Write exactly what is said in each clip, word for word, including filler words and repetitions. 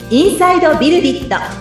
インサイドビルディット。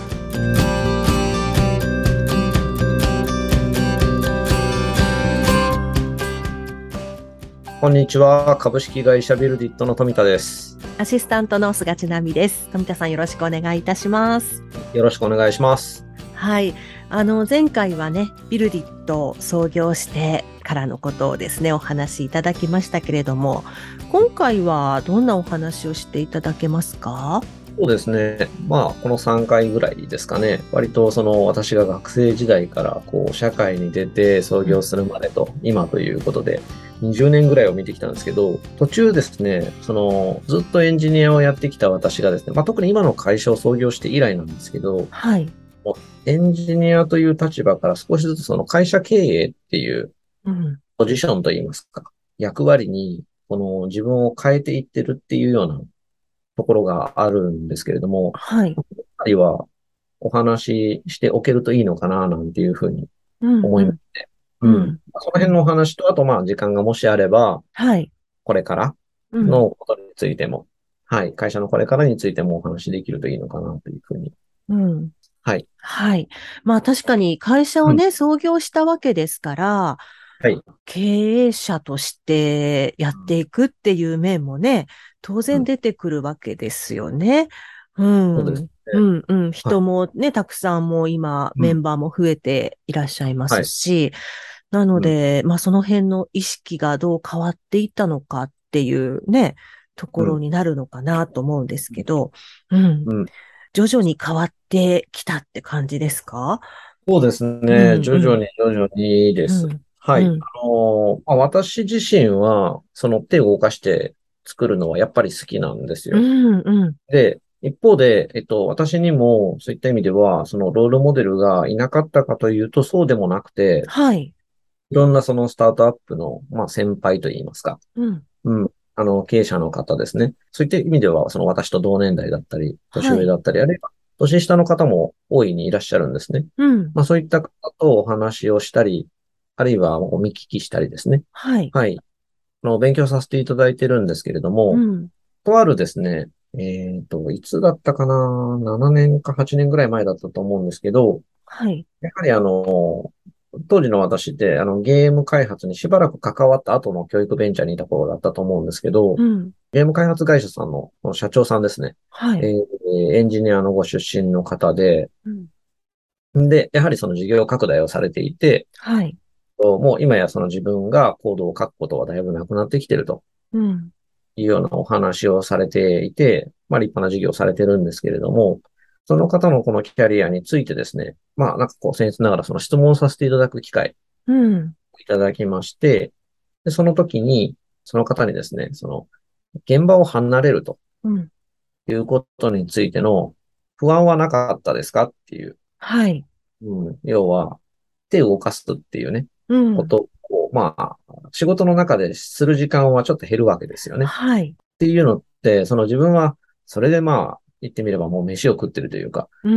こんにちは。株式会社ビルディットの富田です。 アシスタントの菅千奈美です。富田さん、よろしくお願いいたします。 よろしくお願いします。 はい。あの、前回はね、ビルディットを創業してからのことをですね、お話しいただきましたけれども、今回はどんなお話をしていただけますか？ そうですね。まあ、このさんかいぐらいですかね。割とその私が学生時代からこう社会に出て創業するまでと、今ということでにじゅうねんぐらいを見てきたんですけど、途中ですね、そのずっとエンジニアをやってきた私がですね、まあ特に今の会社を創業して以来なんですけど、 はい。 エンジニアという立場から少しずつその会社経営っていううん。 ポジションといいますか、役割にこの自分を変えていってるっていうようなところがあるんですけれども、 はい。 あるいはお話ししておけるといいのかな、なんていうふうにうん、 思いましうん、 て。うん。 うん、 そのうん。 辺のお話と、あとまあ時間がもしあれば、 はい。 これからうん、 のことについても、はい、会社のこれからについてもお話しできるといいのかな、というふうに。 うん。 はい。 はい。まあ確かに会社うん。 をね、創業したわけですから、 はい。 経営者としてやっていくっていう面もね、当うん。 然出てくるわけですよね。うそうですん。うね。 ん、うん。 はい。 人もね、たくさんもう今、 うん。 メンバーも増えていらっしゃいまはい。 すし、なのうん。 で、まあその辺の意識がどう変わっていったのかっていうね、ところうん。 になるのかなと思うんですけど、うん。 うん。 徐々に変わってきたって感じですか？ そうですね。 うん、うん、 徐々に徐々にです。 うん、 はい。 うん。 あの、まあ、私自身は、その手を動かして作るのはやっぱり好きなんですうよ。 ん、うん。 で、一方で、えっと、私にもそういった意味では、そのロールモデルがいなかったかというとそうでもなくて、 はい。 いろんなそのスタートアップの、まあ、先輩といいますか、 うん。 うん、あの、経営者の方ですね。そういった意味では、その私と同年代だったり、年はい。 上だったり、あるいは年下の方も大いにいらっしゃるんですね。 うん。 まあ、そういった方とお話をしたり、あるいはお見聞きしたりですね。 はい。 はい。あの、勉強させていただいてるんですけれども、 うん。 とあるですね、えっと、いつだったかな？ なな 年かはちねんぐらい前だったと思うんですけど、 はい。 やはりあの、当時の私って、あの、ゲーム開発にしばらく関わった後の教育ベンチャーにいた頃だったと思うんですけど、 うん。 ゲーム開発会社さんの社長さんですね。えはい。 ーエンジニアのご出身の方で、 うん。 で、やはりその事業拡大をされていて、 はい。 もう今やその自分がコードを書くことはだいぶなくなってきているとうん。 いうようなお話をされていて、まあ立派な事業をされてるんですけれども、その方のこのキャリアについてですね、まあなんかこう僭越ながらその質問をさせていただく機会うん。 をいただきまして、で、その時に、その方にですね、その現場を離れるとうん。 いうことについての不安はなかったですかっていう、 はい。 うん、要は手を動かすっていうね、 うん。 ことを、まあ、仕事の中でする時間はちょっと減るわけですよね。っはい。 ていうのって、その自分は、それでまあ、言ってみればもう飯を食ってるというか、 うん。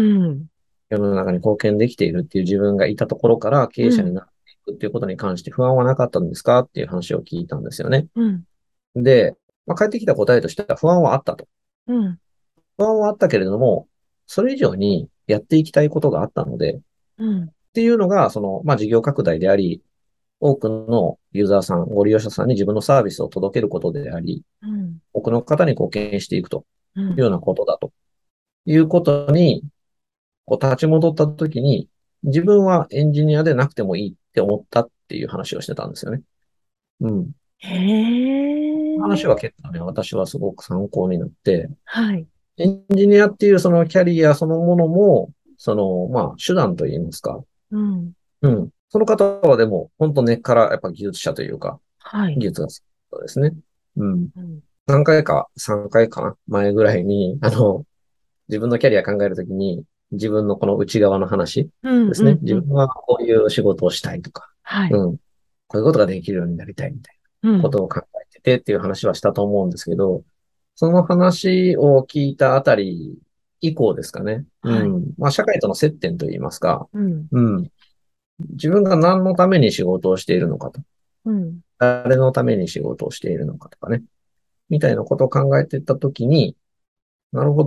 世の中に貢献できているっていう自分がいたところから経営者にうん。 なっていくっていうことに関して不安はなかったんですかっていう話を聞いたんですよね。 うん。 で、まあ、返ってきた答えとしては不安はあったと。 うん。 不安はあったけれども、それ以上にやっていきたいことがあったので、っうん。 ていうのが、その、まあ、事業拡大であり、多くのユーザーさん、ご利用者さんに自分のサービスを届けることであり、 うん。 多くの方に貢献していくとうん。 いうようなことだということに、こう立ち戻ったときに、自分はエンジニアでなくてもいいって思ったっていう話をしてたんですよね。うん。 へえ。 話は結構ね、私はすごく参考になって、 はい。 エンジニアっていうそのキャリアそのものも、その、まあ、手段といいますか。 うん。 うん。その方はでも、本当根っからやっぱ技術者というか、 はい。 技術が好きな方ですね。うん。 うん。 何回か、さんかいかな前ぐらいに、あの、自分のキャリア考えるときに、自分のこの内側の話うん。 ですね。 うん。うん。 自分はこういう仕事をしたいとか、 はい。 うん。こういうことができるようになりたいみたいうん。 なことを考えててっていう話はしたと思うんですけど、その話を聞いたあたり以降ですかね。うはい。 ん。まあ、社会との接点といいますか、 うん。 うん。自分が何のために仕事をしているのかと、 うん。 誰のために仕事をしているのかとかね、みたいなことを考えていったときに、なるほど。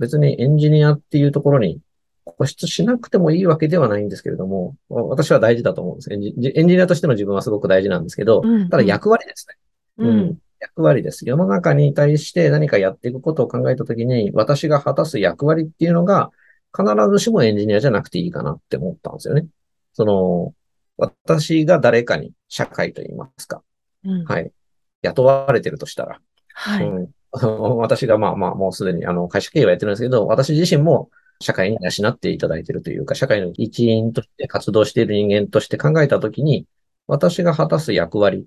別にエンジニアっていうところに固執しなくてもいいわけではないんですけれども、私は大事だと思うんです。エンジ、エンジニアとしての自分はすごく大事なんですけど、ただうんうん役割ですね。 うん。 うん。役割です。世の中に対して何かやっていくことを考えたときに、私が果たす役割っていうのが、必ずしもエンジニアじゃなくていいかなって思ったんですよね。その、私が誰かに社会といいますか。 うん。 はい。雇われてるとしたら、 はい。 うん。私がまあまあもうすでにあの会社経営はやってるんですけど、私自身も社会に養っていただいているというか、社会の一員として活動している人間として考えたときに、私が果たす役割って、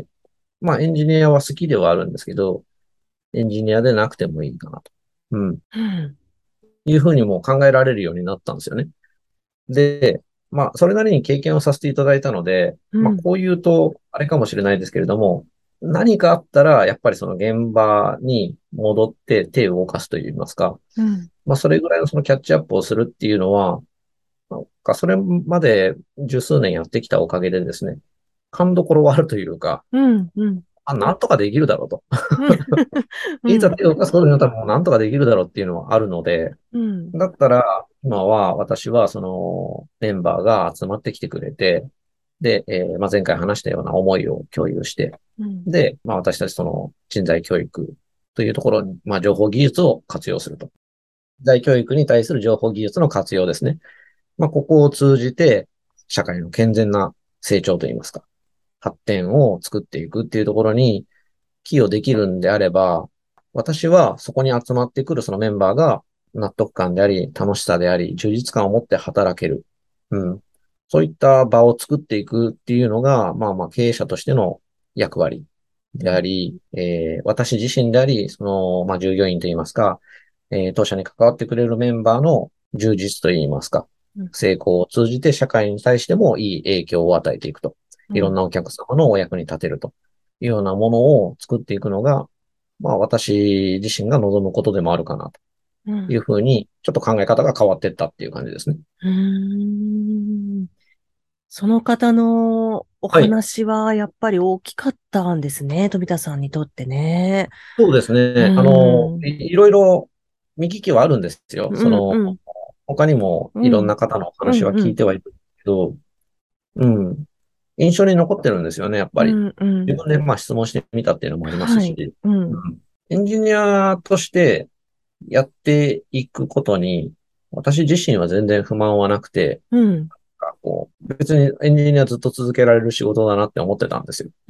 まあエンジニアは好きではあるんですけど、エンジニアでなくてもいいかなと。うん。 うん。 いうふうにも考えられるようになったんですよね。で、まあ、それなりに経験をさせていただいたので、まあ、 うん。 こう言うと、あれかもしれないですけれども、何かあったら、やっぱりその現場に戻って手を動かすといいますか、 うん。 まあ、それぐらいのそのキャッチアップをするっていうのは、なんかそれまで十数年やってきたおかげでですね、勘どころはあるというか、 うん。うん。 あ、なんとかできるだろうと。 うん。 いざ手を動かすことによったらもうなんとかできるだろうっていうのはあるので、 うん。 だったら、今は私はそのメンバーが集まってきてくれて、で、えーまあ、前回話したような思いを共有して、 うん。 で、まあ、私たちその人材教育というところに、まあ、情報技術を活用すると。人材教育に対する情報技術の活用ですね。まあ、ここを通じて、社会の健全な成長といいますか、発展を作っていくっていうところに寄与できるんであれば、私はそこに集まってくるそのメンバーが納得感であり、楽しさであり、充実感を持って働ける。うん。そういった場を作っていくっていうのが、まあまあ経営者としての役割であり、えー私自身であり、その、まあ従業員といいますか、えー当社に関わってくれるメンバーの充実といいますか、 うん。 成功を通じて社会に対してもいい影響を与えていくと。いろんなお客様のお役に立てるというようなものを作っていくのが、まあ私自身が望むことでもあるかなとうん。 いうふうに、ちょっと考え方が変わっていったっていう感じですね。 うーん。その方のおはい。 話はやっぱり大きかったんですね。富田さんにとってね。 そうですうーね。あの、 ん。 い、いろいろ見聞きはあるんですよ。 うその、 んうん。 他にもいろんうん。 な方のお話はうんうん。 聞いてはいるけど、うん。印象に残ってるんですよね、やっぱり。 うんうん。 自分でまあ質問してみたっていうのもありますはい。 し、 うん。 うん。エンジニアとしてやっていくことに、私自身は全然不満はなくて、 うん。 なんかこう、別にエンジニアずっと続けられる仕事だなって思ってたんですよ。 うん。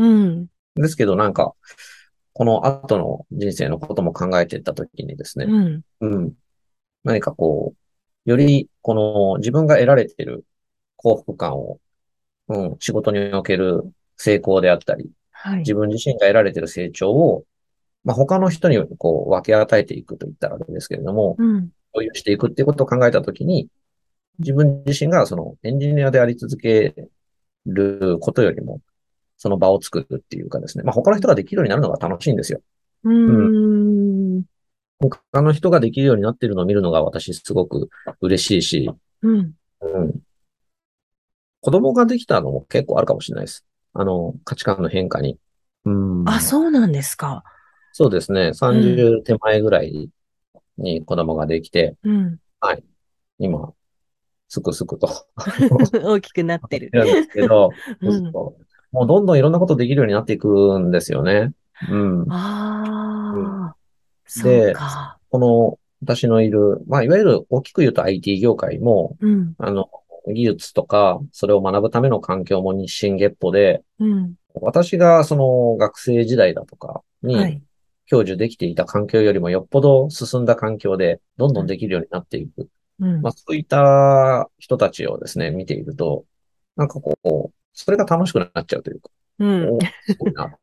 ですけどなんか、この後の人生のことも考えていったときにですね、 うん。 うん。何かこう、よりこの自分が得られている幸福感を、うん、仕事における成功であったり、 はい。 自分自身が得られている成長を、まあ、他の人にこう分け与えていくといったらあれですけれども、 うん。 共有していくっていうことを考えたときに、自分自身がそのエンジニアであり続けることよりも、その場を作るっていうかですね、まあ、他の人ができるようになるのが楽しいんですよ。 うーうん。 ん。 他の人ができるようになっているのを見るのが私すごく嬉しいし、 うん。 うん。子供ができたのも結構あるかもしれないです。あの、価値観の変化に。うあ、 ん。 そうなんですか。 そうですね。 うん。 さんじゅう手前ぐらいに子供ができて、 うん。 はい。今、すくすくと大きくなってる。 いるんですけど、そううん。 そうもうどんどんいろんなことできるようになっていくんですよね。うん。うん。 ああ、そうで、 か。 この私のいる、まあ、いわゆる大きく言うと アイティー 業界も、 うん。 あの、技術とか、それを学ぶための環境も日進月歩で、 うん。 私がその学生時代だとかにはい。 享受できていた環境よりもよっぽど進んだ環境でどんどんできるようになっていく。 うん。 まあそういった人たちをですね、見ていると、なんかこう、それが楽しくなっちゃうというか、 うん。 お、すごいな。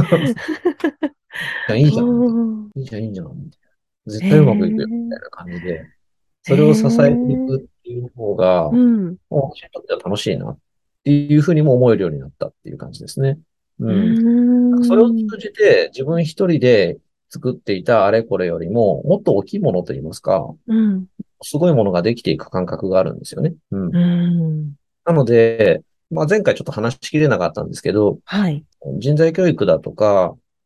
じゃあいいおじゃん、みたいー。 な。いいじゃん、いいじゃん、みたいな。絶へ対うまくいくよ、みたいえ。 な感じで、 へそれを支えていえ。 くっていう方が、 うん。 私にとっては楽しいなっていうふうにも思えるようになったっていう感じですね。 うーうん。それをん。 通じて自分一人で作っていたあれこれよりも、もっと大きいものといいますか、 うん。 すごいものができていく感覚があるんですよね。うん。 うん。 なので、まあ、前回ちょっと話しきれなかったんですけど、 はい。 人材教育だとか、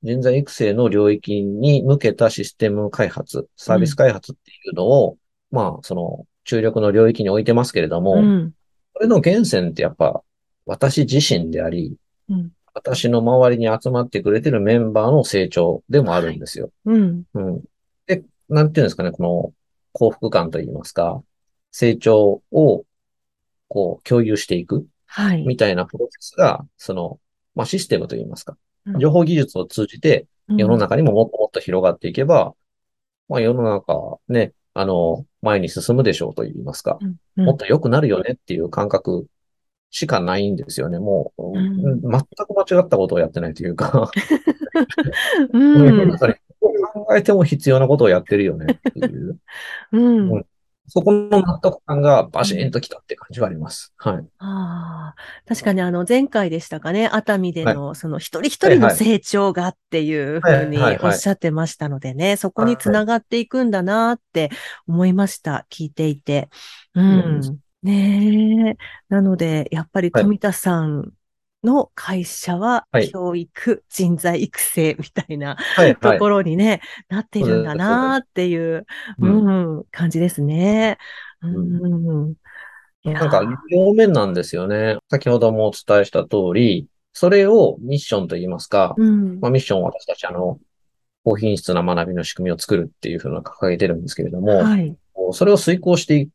人材育成の領域に向けたシステム開発、サービスうん。 開発っていうのを、まあ、その、注力の領域に置いてますけれども、 うん。 これの源泉ってやっぱ、私自身であり、 うん。 私の周りに集まってくれてるメンバーの成長でもあるはい。 んですよ。 うん。 うん。で、なんていうんですかね、この幸福感といいますか、成長をこう共有していくはい。 みたいなプロセスが、その、まあ、システムといいますか、 うん。 情報技術を通じて世のうん。 中にももっともっと広がっていけば、まあ、世の中ね、あの、前に進むでしょうと言いますか、 うん。うん。 もっと良くなるよねっていう感覚しかないんですよね。もうう、うんん。 全く間違ったことをやってないというか、 うもう世のん。 中にどう考えても必要なことをやってるよねっていう、 うん。 うん、そこの納得感がバシーンうん。 ときたって感じはあります。はい。 ああ、確かにあの前回でしたかね、熱海ではい。 のその一人一人のはいはい。 成長がっていうふうはいはにおっいはい。 しゃってましたのでね、そこにつはい。 ながっていくんだなって思いました。聞いていて。うそうなんです。 ん。ねえ。なので、やっぱりはい。 富田さんの会社ははい。 教育、人材育成みたいなはい、はい。 ところにね、なっているんだそうです、そうです。 なっていう、 うん。 うん、感じですね。ううん。 ん。いやなんか、両面なんですよね。先ほどもお伝えした通り、それをミッションと言いますか、 ー、うん。 まあ、ミッションは私たちあの、高品質な学びの仕組みを作るっていうふうな掲げてるんですけれども、 はい。 こうそれを遂行していって、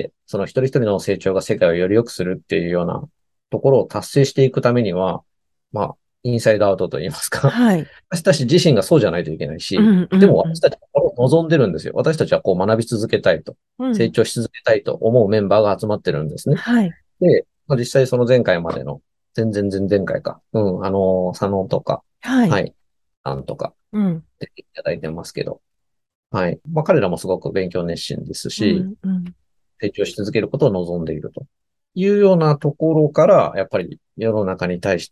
その一人一人の成長が世界をより良くするっていうようなところを達成していくためには、まあ、インサイドアウトと言いますか、 はい。 私たち自身がそうじゃないといけないし、 うん、うん、うん。 でも私たちはこれを望んでるんですよ。私たちはこう学び続けたいと、 うん。 成長し続けたいと思うメンバーが集まってるんですね。 はい。 で、まあ、実際その前回までの、全然前々回か、うん、あの、佐野とか、 はい。 はい、なんとかうん。 出ていただいてますけど、はい。まあ、彼らもすごく勉強熱心ですし、 うん、うん。 成長し続けることを望んでいるというようなところから、やっぱり世の中に対して、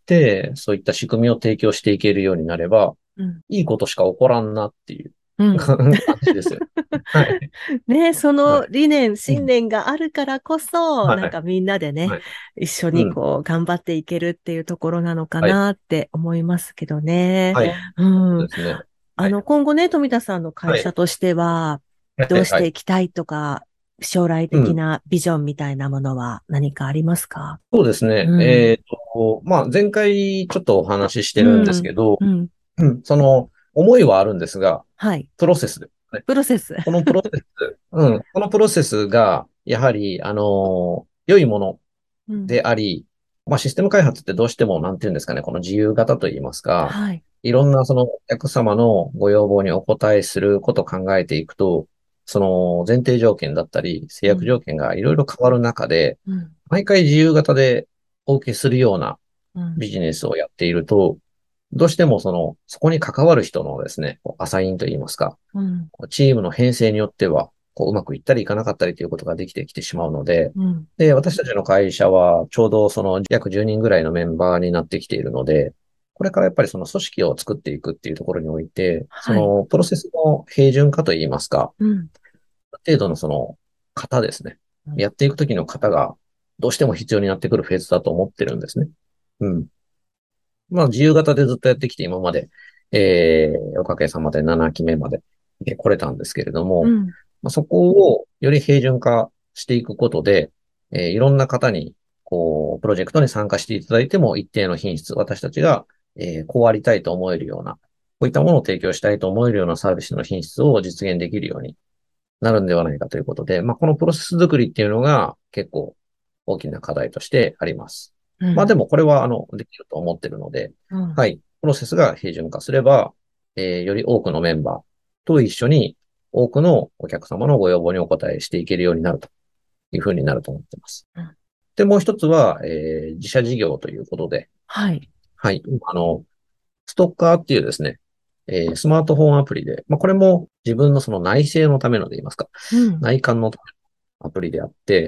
そういった仕組みを提供していけるようになれば、 うん。 いいことしか起こらんなっていううん。 感じですよ。はい。 ね、そはい。 の理念、信うん。 念があるからこそ、 はい。 なんかみんなでね、 はい。 一緒うん。 にこう頑張っていけるっていうところなのかはい。 なって思いますけどね。 はい。そううん。 ですね。はい。 あの、今後ね、富田さんの会はい。 社としては、 はい。 どうしてはい。 いきたいとか、将来うん。 的なビジョンみたいなものは何かありますか？ そうですね。 うん。 えっと、まあ、前回ちょっとお話ししてるんでうん。 すけど、 うん。 うん、その思いはあるんですが、 はい。 プロセスですね。 プロセス。 このプロセス、うん、このプロセスが、やはり、あの、良いものうん。 であり、まあ、システム開発ってどうしても、なんていうんですかね、この自由型といいますか、 はい。 いろんなそのお客様のご要望にお答えすることを考えていくと、その前提条件だったり、制うん。 約条件がいろいろ変わる中で、 うん。 毎回自由型でお受けするようなうん。 ビジネスをやっていると、どうしてもその、そこに関わる人のですね、こうアサインといいますか、 うん。 チームの編成によっては、こう、うまくいったりいかなかったりということができてきてしまうので、 うん。 で、私たちの会社は、ちょうどその約じゅうにんぐらいのメンバーになってきているので、これからやっぱりその組織を作っていくっていうところにおいて、そはい。 のプロセスの平準化といいますか、 うん。 ある程度のその型ですね。 うん。 やっていくときの型がどうしても必要になってくるフェーズだと思ってるんですね。うん。まあ自由形でずっとやってきて今まで、えー、おかげさまでななきめまで来れたんですけれども、 うん。 まあ、そこをより平準化していくことで、えーいろんな方に、こう、プロジェクトに参加していただいても一定の品質、私たちが、えーこうありたいと思えるような、こういったものを提供したいと思えるようなサービスの品質を実現できるようになるんではないかということで、まあ、このプロセス作りっていうのが結構大きな課題としてあります。 うん。 まあでもこれはあの、できると思ってるので、 うん。 はい。プロセスが平準化すれば、えーより多くのメンバーと一緒に多くのお客様のご要望にお応えしていけるようになるというふうになると思っています。 うん。 で、もう一つは、えー自社事業ということで、 はい。 はい。あの、ストッカーっていうですね、えースマートフォンアプリで、まあこれも自分のその内政のためので言いますか、 うん。 内観のためのアプリであって、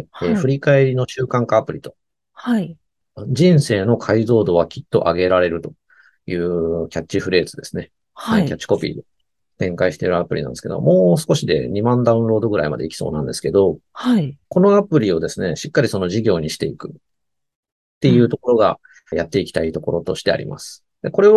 えーはい。 振り返りの習慣化アプリと、 はい。 人生の解像度はきっと上げられるというキャッチフレーズですね。はい、キャッはい。 チコピーで展開しているアプリなんですけど、もう少しでにまんダウンロードぐらいまでいきそうなんですけど、 はい。 このアプリをですね、しっかりその事業にしていくっていううん。 ところがやっていきたいところとしてあります。でこれは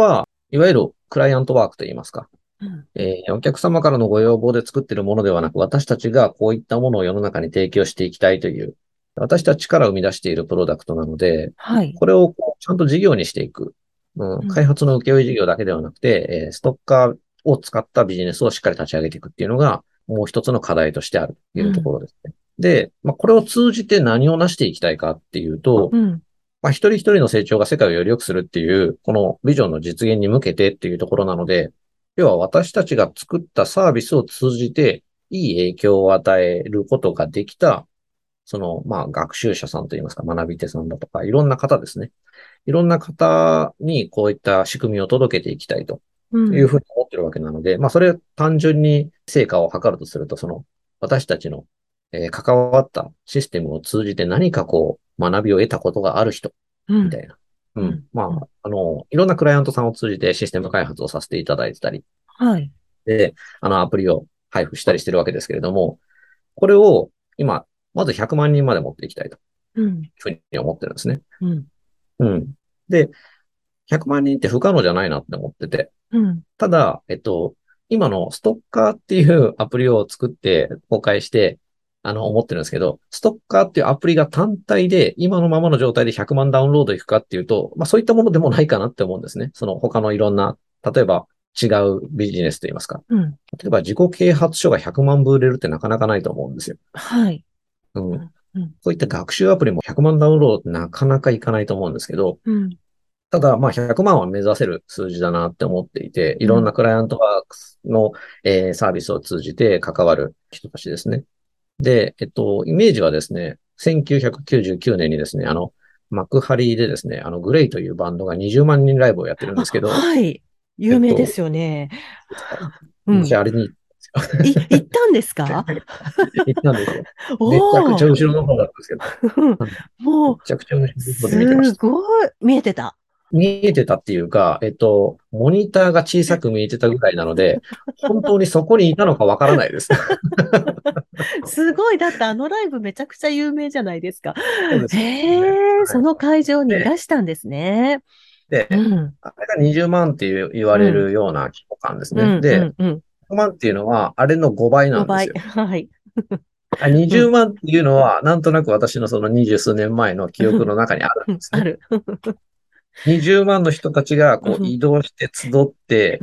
いわゆるクライアントワークといいますか、 うんえーお客様からのご要望で作っているものではなく、私たちがこういったものを世の中に提供していきたいという、私たちから生み出しているプロダクトなので、 はい。 これをこうちゃんと事業にしていく。うん、 うん。 開発の請負事業だけではなくて、えーストッカーを使ったビジネスをしっかり立ち上げていくっていうのが、もう一つの課題としてあるというとこうん。 ろですね。で、まあ、これを通じて何を成していきたいかっていうと、 うん。 まあ、一人一人の成長が世界をより良くするっていう、このビジョンの実現に向けてっていうところなので、要は私たちが作ったサービスを通じて、いい影響を与えることができた、その、まあ、学習者さんといいますか、学び手さんだとか、いろんな方ですね。いろんな方にこういった仕組みを届けていきたいといううん。 ふうに思ってるわけなので、まあ、それを単純に成果を図るとすると、その、私たちの、えー関わったシステムを通じて何かこう、学びを得たことがある人、 うん。 みたいな。うん。 うん。うん。 まあ、あの、いろんなクライアントさんを通じてシステム開発をさせていただいてたり、 はい。 で、あの、アプリを配布したりしてるわけですけれども、これを今、まずひゃくまん人まで持っていきたいとうん。 いうふうに思ってるんですね。 うん。 うん。で、ひゃくまん人って不可能じゃないなって思ってて。 うん。 ただ、えっと、今のストッカーっていうアプリを作って公開して、あの、思ってるんですけど、ストッカーっていうアプリが単体で今のままの状態でひゃくまんダウンロードいくかっていうと、まあそういったものでもないかなって思うんですね。その他のいろんな、例えば違うビジネスといいますか。 うん。 例えば自己啓発書がひゃくまん部売れるってなかなかないと思うんですよ。 はい。 うん。 うん。うん。 そういった学習アプリもひゃくまんダウンロードってなかなかいかないと思うんですけど、 うん。 ただ、まあ、ひゃくまんは目指せる数字だなって思っていて、いうん。 ろんなクライアントワークスの、えーサービスを通じて関わる人たちですね。で、えっと、イメージはですね、せんきゅうひゃくきゅうじゅうきゅうねんにですね、あの、幕張でですね、あの、グレイというバンドがにじゅうまん人ライブをやってるんであ、 すけど、 はい。有名でえっと、 すよね。うん。 私あれにい、行ったんですか？ 行ったんですよ。めちゃくおおー。 ちゃ後ろの方だったんですけど、 うん。 あのめもう、 ちゃくちゃ後ろの方で見てました。 すごい、見えてた。 見えてたっていうか、えっと、モニターが小さく見えてたぐらいなので、本当にそこにいたのかわからないです。 すごい。だってあのライブめちゃくちゃ有名じゃないですか。 そうですね。 へえ、 はい。 その会場にいで、 らしたんですね。うで、 ん。 あれがにじゅうまんっていう言われうん。 るような規模感ですね。 うん。うで、 ん。うん。 ひゃくまんっていうのは、あれのごばいなごばい。 んですよ。 はい。 あ、20 うん。 万っていうのは、なんとなく私のその二十数年前の記憶の中にあるんうん。 ですね。 ある。 にじゅうまんの人たちがこううん。 移動して集って、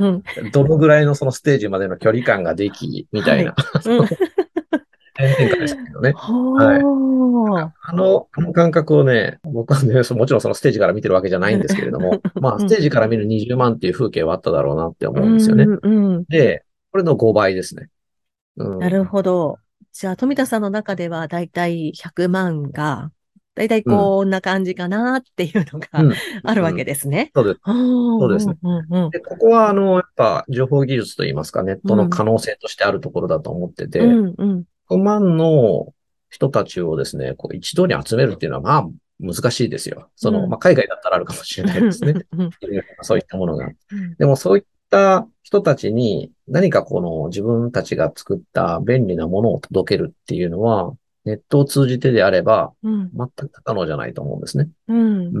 うん。 どのぐらいのそのステージまでの距離感ができ、みたいな、 はい。うん。 炎天下ですけどね。はい。 ほー。 あの、あの感覚をね、僕はね、そもちろんそのステージから見てるわけじゃないんですけれども、まあ、 うん。 ステージから見るにじゅうまんっていう風景はあっただろうなってう思うんですよね。 ん。うん。 で、これのごばいですね。うなるん。 ほど。じゃあ、富田さんの中ではだいたいひゃくまんが、だいたいうん。 こんな感じかなっていうのがうん。 あるわけうん。 ですね。 そうです。 うん、うん、 そうですね。 うん、うん。 で、ここは、あの、やっぱ、情報技術といいますか、ネットのうん、 可能性としてあるところだと思ってて、 うん、うん。 ひゃくまんの人たちをですね、こう一度に集めるっていうのは、まあ、難しいですよ。その、まあ、 うん、 海外だったらあるかもしれうん、 ないですね。 うん、 そういったものが。 うん、 でも、そういった人たちに何かこの自分たちが作った便利なものを届けるっていうのは、ネットを通じてであれば、 うん、 全く不可能じゃないと思うんですね。 うん、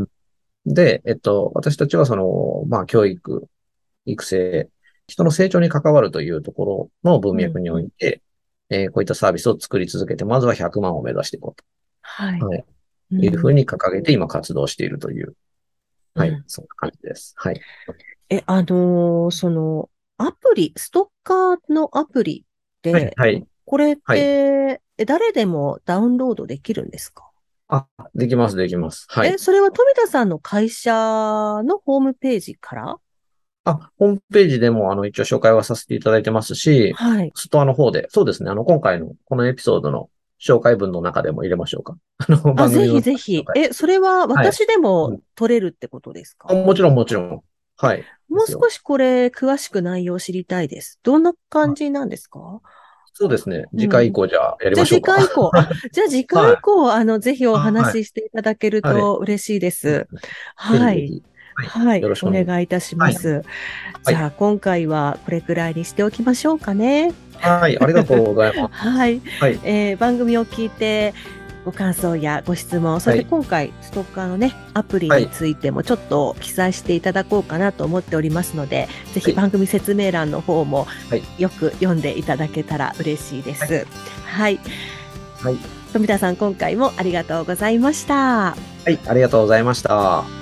うん。で、えっと、私たちはその、まあ、教育、育成、人の成長に関わるというところの文うん、 脈にうん。 おいて、えーこういったサービスを作り続けて、まずはひゃくまんを目指していこうと、 はい。 はい、いうふううん、 に掲げて今活動しているという、はい、 うん。 そんな感じです。はい。 え、あのーその、アプリ、ストッカーのアプリっはい、 て、 はい、 これっはい。 て、え誰でもダウンロードできるんですか？ あ、できます、できます。はえ、 い。 それは富田さんの会社のホームページから？ あ、ホームページでも、あの、一応紹介はさせていただいてますし、 はい。 ストアの方で、そうですね、あの、今回のこのエピソードの紹介文の中でも入れましょうか。あの、 あ、ぜ番組のひぜひ。 紹介。 え、それははい。 私でもうん取れるってことですあ、 か？ もちろん、もちろん。はい。ですよ。 もう少しこれ、詳しく内容を知りたいです。どんな感じなんですか？ そうですね。次回以うん。 降じゃあやりじゃあ次ましょうか。 回以降、あ、じゃあ次回以はい。 降、あの、ぜひおはい。 話ししていただけるはい。 と嬉しいです。はい。 ぜひぜひ。はい。 はい。およろしくお願いし願いいたします。はい。 ます。 はい。 じゃあ今回はこれくらいにしておきましょうかね。 はい。ありがとうございます。 はい。 はい。 えー番組を聞いて、 ご感想やご質問、そしはい。 て今回ストッカーのね、アプリはい。 についてもちょっと記載していただこうかなと思っておりますので、ぜはい。 ひ番組説明欄の方もはい。 よく読んでいただけたら嬉しいではい。 す。はい。 はい。 富田さん、今回もありがとうございました。 はい。ありがとうございました。